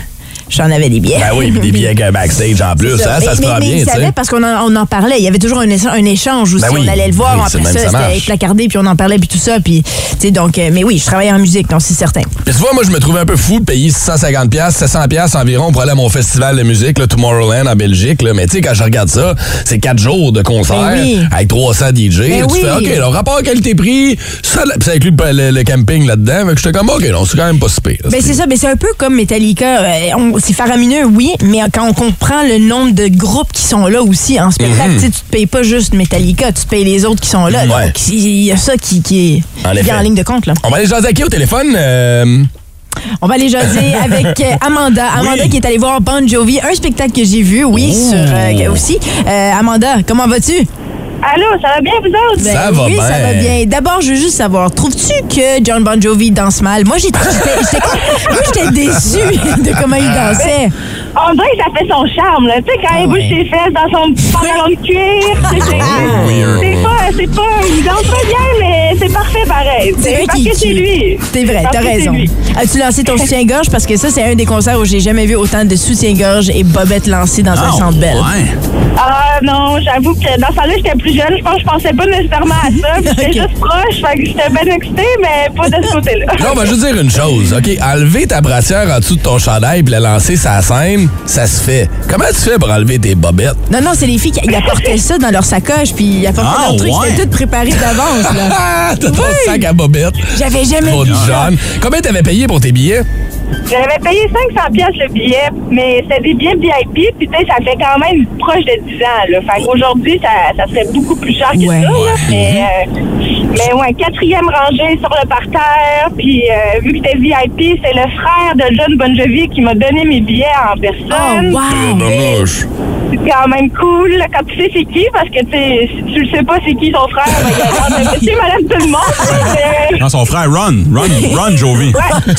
J'en avais des billets. Ben oui, puis des billets avec un backstage en plus, ça, hein, ça mais, se mais, prend mais bien, il tu sais. savait parce qu'on en, on en parlait. Il y avait toujours un, échange, un échange aussi. Ben oui. On allait le voir, Oui, après c'est ça, même, ça c'était marche. placardé, puis on en parlait, puis tout ça. Puis, tu sais, donc, euh, mais oui, je travaillais en musique, donc c'est certain. Puis tu vois, moi, je me trouvais un peu fou de payer six cent cinquante dollars, sept cents dollars environ pour aller à mon festival de musique, là, Tomorrowland, en Belgique. Là. Mais tu sais, quand je regarde ça, c'est quatre jours de concert Ben oui. avec trois cents D J. Ben tu oui. fais, OK, le rapport qualité-prix, ça, puis ça inclut le, le, le camping là-dedans. Fait que j'étais comme, OK, non, c'est quand même pas si pire. Ben c'est ça, ben c'est un peu comme Metallica. Euh, on- c'est faramineux, oui, mais quand on comprend le nombre de groupes qui sont là aussi en spectacle, Mhm. tu sais, tu te payes pas juste Metallica, tu te payes les autres qui sont là. Ouais. Donc, il y a ça qui, qui est En qui effet. vient en ligne de compte, là. On va aller jaser à qui au téléphone? Euh... On va aller jaser avec euh, Amanda. Amanda Oui. qui est allée voir Bon Jovi, un spectacle que j'ai vu, oui, Oh. sur euh, aussi. Euh, Amanda, comment vas-tu? Allô, ça va bien, vous autres? Ça va oui, bien. ça va bien. D'abord, je veux juste savoir, trouves-tu que John Bon Jovi danse mal? Moi, j'étais, j'étais, j'étais, moi, j'étais déçue de comment il dansait. On dirait que ça fait son charme, là. Tu sais, quand il bouge ses fesses dans son pantalon de cuir. c'est- c'est- Weird. C'est pas, c'est pas, il danse pas bien, mais c'est parfait pareil. C'est vrai parce qu'il que c'est qu'il- lui. C'est vrai, Parce t'as que c'est raison. lui. As-tu lancé ton soutien-gorge? Parce que ça, c'est un des concerts où j'ai jamais vu autant de soutien-gorge et bobettes lancées dans un centre belle. Ouais. Ah non, j'avoue que dans ce temps-là, j'étais plus jeune. Je pense que je pensais pas nécessairement à ça. Puis J'étais Ok. juste proche, fait que j'étais bien excitée, mais pas de ce côté-là. Là, on va juste dire une chose, OK? Enlever ta brassière en dessous de ton chandail puis la lancer sur la scène, ça se fait. Comment tu fais pour enlever tes bobettes? Non, non, c'est les filles qui ils apportaient ça dans leur sacoche, puis ils apportaient Ah, leur truc. ouais. C'était tout préparé d'avance, là. Ah, t'as ton Oui. sac à bobettes. J'avais jamais Pour vu ça. John. Combien t'avais payé pour tes billets? J'avais payé cinq cents piastres le billet, mais c'était des billets V I P, puis tu sais, ça fait quand même proche de dix ans, là. Fait qu'aujourd'hui, ça, ça serait beaucoup plus cher que Ouais. ça, là. Mais, euh, mais ouais, quatrième rangée sur le parterre, puis euh, vu que c'était V I P, c'est le frère de John Bon Jovi qui m'a donné mes billets en Oh, personne. wow! Dommage. C'est quand même cool, là, quand tu sais c'est qui, parce que tu sais, si tu le sais pas c'est qui son frère, ben, il a l'air de monsieur, madame, tout le monde. Mais, Non, son frère, Ron. Ron, Ron Jovi.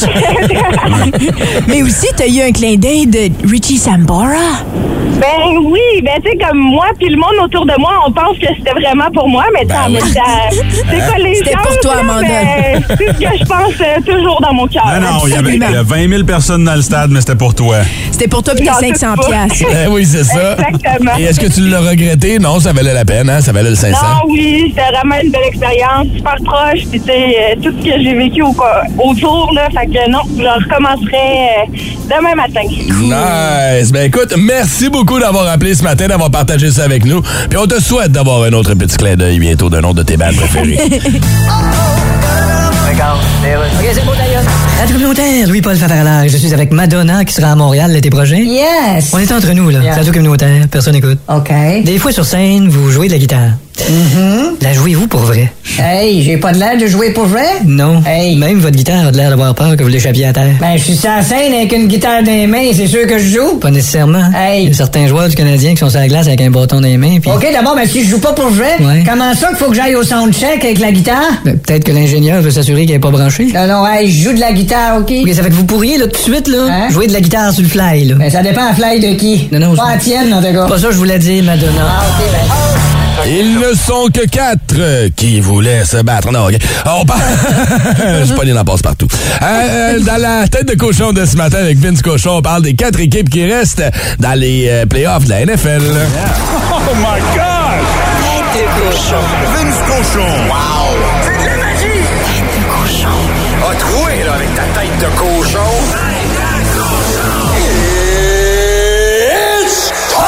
Mais aussi, t'as eu un clin d'œil de Richie Sambora. Ben oui, ben tu sais, comme moi, puis le monde autour de moi, on pense que c'était vraiment pour moi, mais Ben ça, oui. c'est pas les C'était gens, pour toi, là, Amanda. mais C'est ce que je pense euh, toujours dans mon cœur. Non, non, il y avait il y a vingt mille personnes dans le stade, mais c'était pour toi. C'était pour toi, puis tes Non, cinq cents c'est pas. piastres. Eh oui, c'est ça. Exactement. Et est-ce que tu l'as regretté? Non, ça valait la peine, hein? Ça valait le cinq cents. Non, oui, c'était vraiment une belle expérience, super proche, puis tu sais, euh, tout ce que j'ai vécu au, autour, là, fait que non, je recommencerai euh, demain matin. Nice. Ben écoute, merci beaucoup d'avoir appelé ce matin, d'avoir partagé ça avec nous. Puis on te souhaite d'avoir un autre petit clin d'œil bientôt d'un autre de tes bandes préférées. Radio communautaire, Louis-Paul Favaralard. Je suis avec Madonna qui sera à Montréal l'été prochain. Yes! On est entre nous, là. Yeah. Radio communautaire, personne n'écoute. OK. Des fois sur scène, vous jouez de la guitare. Mm-hmm. La jouez-vous pour vrai? Hey, j'ai pas de l'air de jouer pour vrai? Non. Hey. Même votre guitare a de l'air d'avoir peur que vous l'échappiez à terre. Ben, je suis sur la scène avec une guitare dans les mains, c'est sûr que je joue. Pas nécessairement. Hey. Il y a certains joueurs du Canadien qui sont sur la glace avec un bâton dans les mains. Puis OK, d'abord, ben, si je joue pas pour vrai, Ouais. comment ça qu'il faut que j'aille au soundcheck avec la guitare? Ben, peut-être que l'ingénieur veut s'assurer qu'elle est pas branchée. Non, non, hey, je joue de la guitare, OK? Oui, ça fait que vous pourriez, là, tout de suite, là, Hein? jouer de la guitare sur le fly, là. Ben, ça dépend à fly de qui. Non, non, Pas je- à tienne, en tout cas. Pas ça, je voulais dire, Madonna. Ah, OK, ben. Ils ne sont que quatre euh, qui voulaient se battre. Non, OK. On parle... Je suis pas allé dans passe-partout. Euh, euh, dans la tête de cochon de ce matin avec Vince Cochon, on parle des quatre équipes qui restent dans les euh, playoffs de la N F L. Oh my God! Tête de cochon. Vince Cochon! Wow! C'est de la magie! Tête de cochon. A troué, là, avec ta tête de cochon. Tête de cochon. It's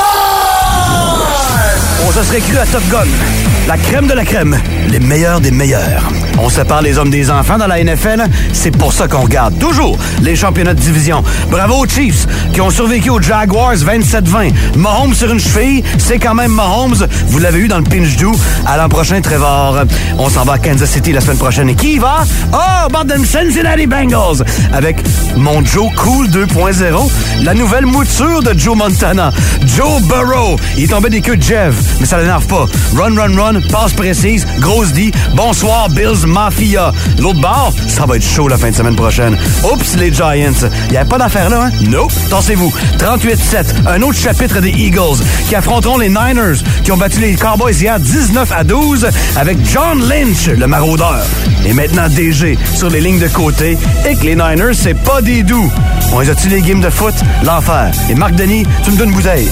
time! On se serait cru à Top Gun. La crème de la crème. Les meilleurs des meilleurs. On sépare les hommes des enfants dans la N F L. C'est pour ça qu'on regarde toujours les championnats de division. Bravo aux Chiefs qui ont survécu aux Jaguars vingt-sept vingt. Mahomes sur une cheville, c'est quand même Mahomes. Vous l'avez eu dans le pinch do. À l'an prochain, Trevor. On s'en va à Kansas City la semaine prochaine. Et qui y va? Oh, Boston Cincinnati Bengals. Avec mon Joe Cool deux point zéro. La nouvelle mouture de Joe Montana. Joe Burrow. Il est tombé des queues de Jeff, mais ça l'énerve pas. Run, run, run. Passe précise. Grosse D. Bonsoir, Bills Mafia. L'autre bord, ça va être chaud la fin de semaine prochaine. Oups, les Giants. Il n'y avait pas d'affaire là, hein? Nope. Tassez-vous. trente-huit sept, un autre chapitre des Eagles qui affronteront les Niners qui ont battu les Cowboys hier dix-neuf à douze avec John Lynch, le maraudeur. Et maintenant D G sur les lignes de côté et que les Niners, c'est pas des doux. On les a-tu les games de foot? L'enfer. Et Marc Denis, tu me donnes une bouteille.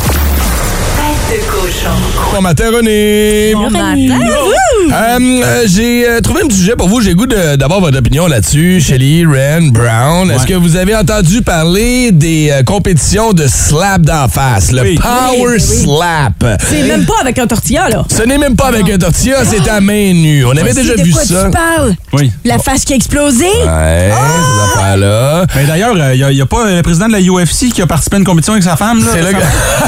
Bon matin, René. Bon matin. Euh, euh, j'ai euh, trouvé un petit sujet pour vous. J'ai le goût de- d'avoir votre opinion là-dessus. Shelly, Ren, Brown. Est-ce Ouais. que vous avez entendu parler des euh, compétitions de slap d'en face? Le Oui. Power Oui, oui, oui. Slap. C'est même pas avec un tortilla, là. Ce n'est même pas avec un tortilla, c'est à main nue. On avait déjà de vu quoi ça. tu parles? Oui. La face qui a explosé? Ouais, ces affaires-là. Mais d'ailleurs, il n'y a, pas le président de la U F C qui a participé à une compétition avec sa femme. Là, C'est là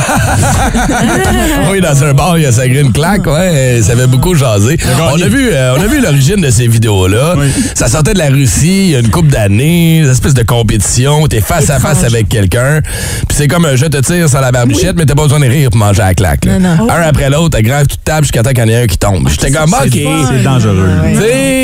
récemment? que... oui, dans un bar, il a sacré une claque, ouais. Ça avait beaucoup jasé. On a vu, euh, on a vu l'origine de ces vidéos-là. Oui. Ça sortait de la Russie il y a une couple d'années, une espèce de compétition. T'es face à face avec quelqu'un. Puis c'est comme un jeu de tir sans la barbichette, mais t'as pas besoin de rire pour manger à la claque. Là. Non, non. Un après l'autre, t'as grave toute table jusqu'à temps qu'il y en ait un qui tombe. J'étais comme, OK. C'est dangereux. Tu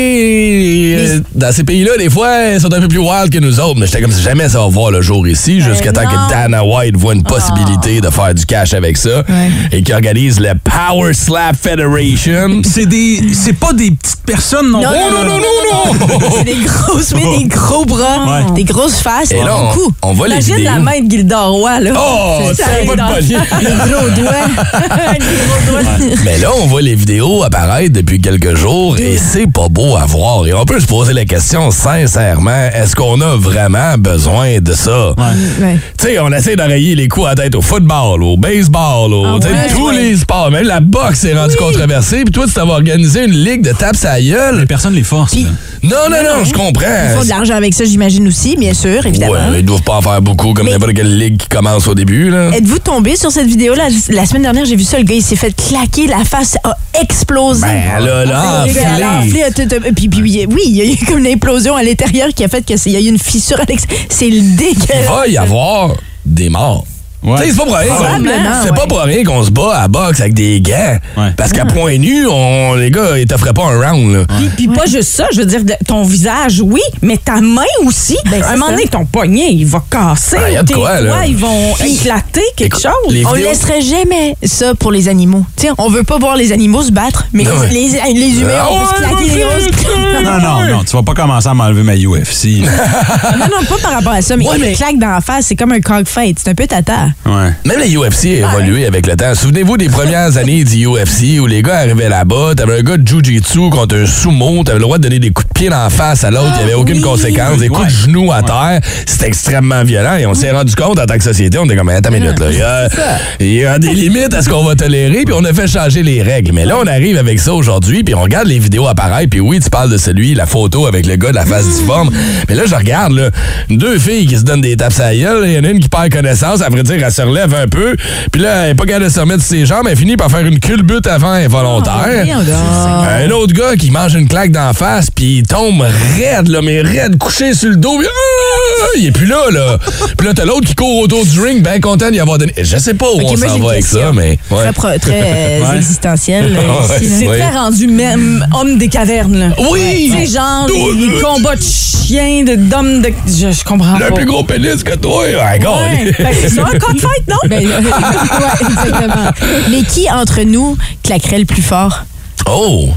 sais, euh, dans ces pays-là, des fois, ils sont un peu plus wild que nous autres, mais j'étais comme si jamais ça va voir le jour ici, jusqu'à temps non. que Dana White voit une possibilité de faire du cash avec ça et qu'il organise le Power Slap Federation. C'est des, c'est pas des petites personnes non Non, plus. non, non, non, non, non! C'est des grosses mains, des gros bras, Ouais. des grosses faces, Et des là, gros on, coups. on voit les Imagine vidéos. la main de Gilda Roy, là. Oh, C'est c'est pas de dans- poignée. Les gros doigts. Les gros doigts. Mais là, on voit les vidéos apparaître depuis quelques jours et c'est pas beau à voir. Et on peut se poser la question sincèrement, est-ce qu'on a vraiment besoin de ça? Ouais. Tu sais, on essaie d'enrayer les coups à la tête au football, au baseball, au, Ah tu sais, ouais, tous ouais. les sports. Même la boxe est rendue controversée. Puis toi, tu t'avais organisé une ligue de tapes à la gueule. Les personnes les forcent. Puis- là. Non, non, non, je comprends. Ils font de l'argent avec ça, j'imagine aussi, bien sûr, évidemment. Ouais, ils doivent pas en faire beaucoup comme Mais- n'importe quelle ligue qui commence au début. Là. Êtes-vous tombé sur cette vidéo-là? La semaine dernière, j'ai vu ça, le gars, il s'est fait claquer, la face a explosé. Ben là, là, Le gars, elle a enflé. enflé, tout- tout- Puis, puis, oui, il y a eu comme une implosion à l'intérieur qui a fait qu'il y a eu une fissure à l'extérieur. C'est le Il dégueulasse. va y avoir des morts. Ouais. Tu sais, c'est pas pour rien. Probablement, C'est ouais. pas pour rien qu'on se bat à boxe avec des gants. Ouais. Parce qu'à point nu, on, les gars, ils t'offraient pas un round. Là. Puis, puis pas juste ça, je veux dire, de- ton visage, oui, mais ta main aussi. Ben, à un c'est moment ça. donné, ton poignet, il va casser. Ah, y a de tes quoi, là. doigts, ils vont éclater quelque Écoute, chose. les On vidéos- laisserait jamais ça pour les animaux. T'sais, on veut pas voir les animaux se battre, mais Non, ouais. les, les, les humains, Ah on peut se ouais, claquer les ouais, grosses. Non, non, non, tu vas pas commencer à m'enlever ma U F C. Non, non, pas par rapport à ça, mais Ouais, une mais- claque dans la face, c'est comme un cockfight. C'est un peu tata. Ouais. Même la U F C a évolué avec le temps. Souvenez-vous des premières années du U F C où les gars arrivaient là-bas, t'avais un gars de Jiu-Jitsu contre un sumo, t'avais le droit de donner des coups de pied dans la face à l'autre, il n'y avait aucune oui. conséquence, des coups de genoux à terre, c'était extrêmement violent et on s'est rendu compte en tant que société, on était comme, attends une minute, là, il y a, il y a des limites à ce qu'on va tolérer, puis on a fait changer les règles. Mais là, on arrive avec ça aujourd'hui, puis on regarde les vidéos apparaître, puis oui, tu parles de celui, la photo avec le gars de la face difforme, mais là, je regarde, là, deux filles qui se donnent des tapes à la gueule, il y en a une qui perd connaissance, à vrai dire, elle se relève un peu, puis là, elle est pas capable de se remettre sur ses jambes, elle finit par faire une culbute avant involontaire. Un autre gars qui mange une claque d'en face, puis il tombe raide, là, mais raide, couché sur le dos, puis, ah, il est plus là, là. Puis là, t'as l'autre qui court autour du ring, bien content d'y avoir donné. Je sais pas où Ok, on moi, j'ai s'en une va avec question. ça, mais. Ouais. Très, pro- très euh, Ouais. existentiel. euh, Ouais. ici, là. C'est Oui. très rendu même homme des cavernes. Là. Oui! Tu sais, genre, D'où- les, les combats de chiens, de- d'hommes de. Je, je comprends Le pas. plus gros pénis que toi, ouais, Ouais. gars. Ben, c'est ça, un cockfight, non? Ben, euh, ouais, exactement. Mais qui entre nous claquerait le plus fort? Oh!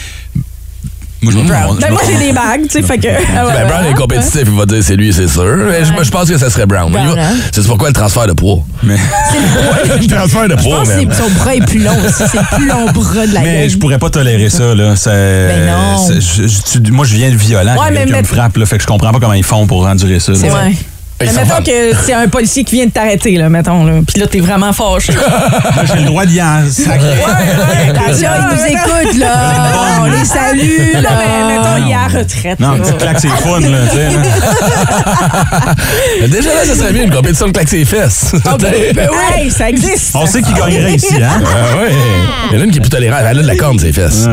Moi, je me Ben, moi, j'ai des bagues, tu sais, fait que. Ah ouais, Ben, Brown est compétitif, il va dire c'est lui, c'est sûr. Mais je, je pense que ça serait Brown. Brown, Il va- hein? C'est pourquoi le transfert de poids. Mais, le transfert de Je poids, pense que man. c'est- son bras est plus long aussi. C'est le plus long bras de la mais gang. je pourrais pas tolérer ça, là. C'est- Ben non. c'est- je- je- tu- moi, je viens de violent. Ouais, quand mais quelqu'un mais- me frappe, là. Fait que je comprends pas comment ils font pour endurer ça. C'est là. vrai. Ils Mais sont mettons femmes. que c'est un policier qui vient de t'arrêter, là, mettons, là. Puis là, t'es vraiment fâché. Moi, j'ai le droit d'y en sacrer. Attention, ils nous écoutent, là. On les salue, Non, là. mais mettons, il est à la retraite. Non, là. une petite claque, c'est fun, là, tu sais. là. Déjà là, ça serait bien une compétition de claque ses fesses. Ben oui, ça existe. On sait qui gagnerait ici, hein? Ah ouais. Il y en a une qui est plus tolérante. Elle a de la corne, ses fesses.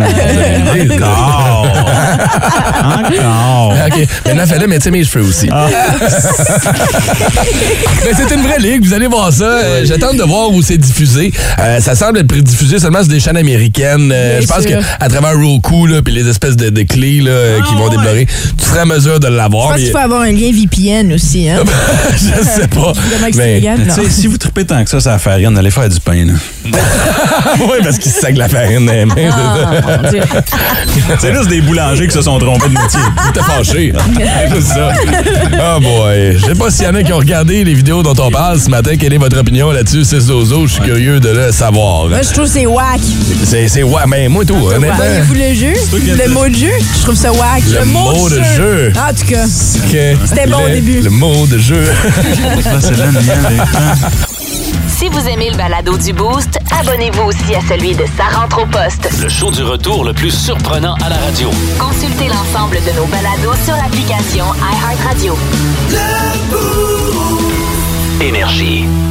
Encore. Encore. OK. Maintenant, fais-le, mais tu sais mes cheveux aussi. Mais c'est une vraie ligue, vous allez voir ça. Euh, J'attends de voir où c'est diffusé. Euh, ça semble être diffusé seulement sur des chaînes américaines. Euh, je pense qu'à travers Roku, là, puis les espèces de, de clés là, oh, qui vont ouais. débloquer, tu serais en mesure de l'avoir. Je pense mais... qu'il faut avoir un lien V P N aussi. Hein? Je sais pas. Mais... Si vous tripez tant que ça, ça la farine, allez faire du pain. Oui, parce qu'ils se sacent la farine dans les mains. Oh, c'est juste des boulangers qui se sont trompés de métier. T'es fâché. C'est ça. Oh boy. Je sais pas s'il y en a qui ont regardé les vidéos dont on parle ce matin. Quelle est votre opinion là-dessus? C'est Zozo. Je suis curieux de le savoir. Moi, je trouve que c'est whack. C'est whack. Mais moi, tout. Voyez-vous le jeu? Le mot de jeu? Je trouve ça whack. Le, le mot, mot de jeu. jeu. En tout cas. Okay. C'était bon au début. Le mot de jeu. C'est le mien. Si vous aimez le balado du Boost, abonnez-vous aussi à celui de Sa rentre au poste. Le show du retour le plus surprenant à la radio. Consultez l'ensemble de nos balados sur l'application iHeartRadio. Énergie.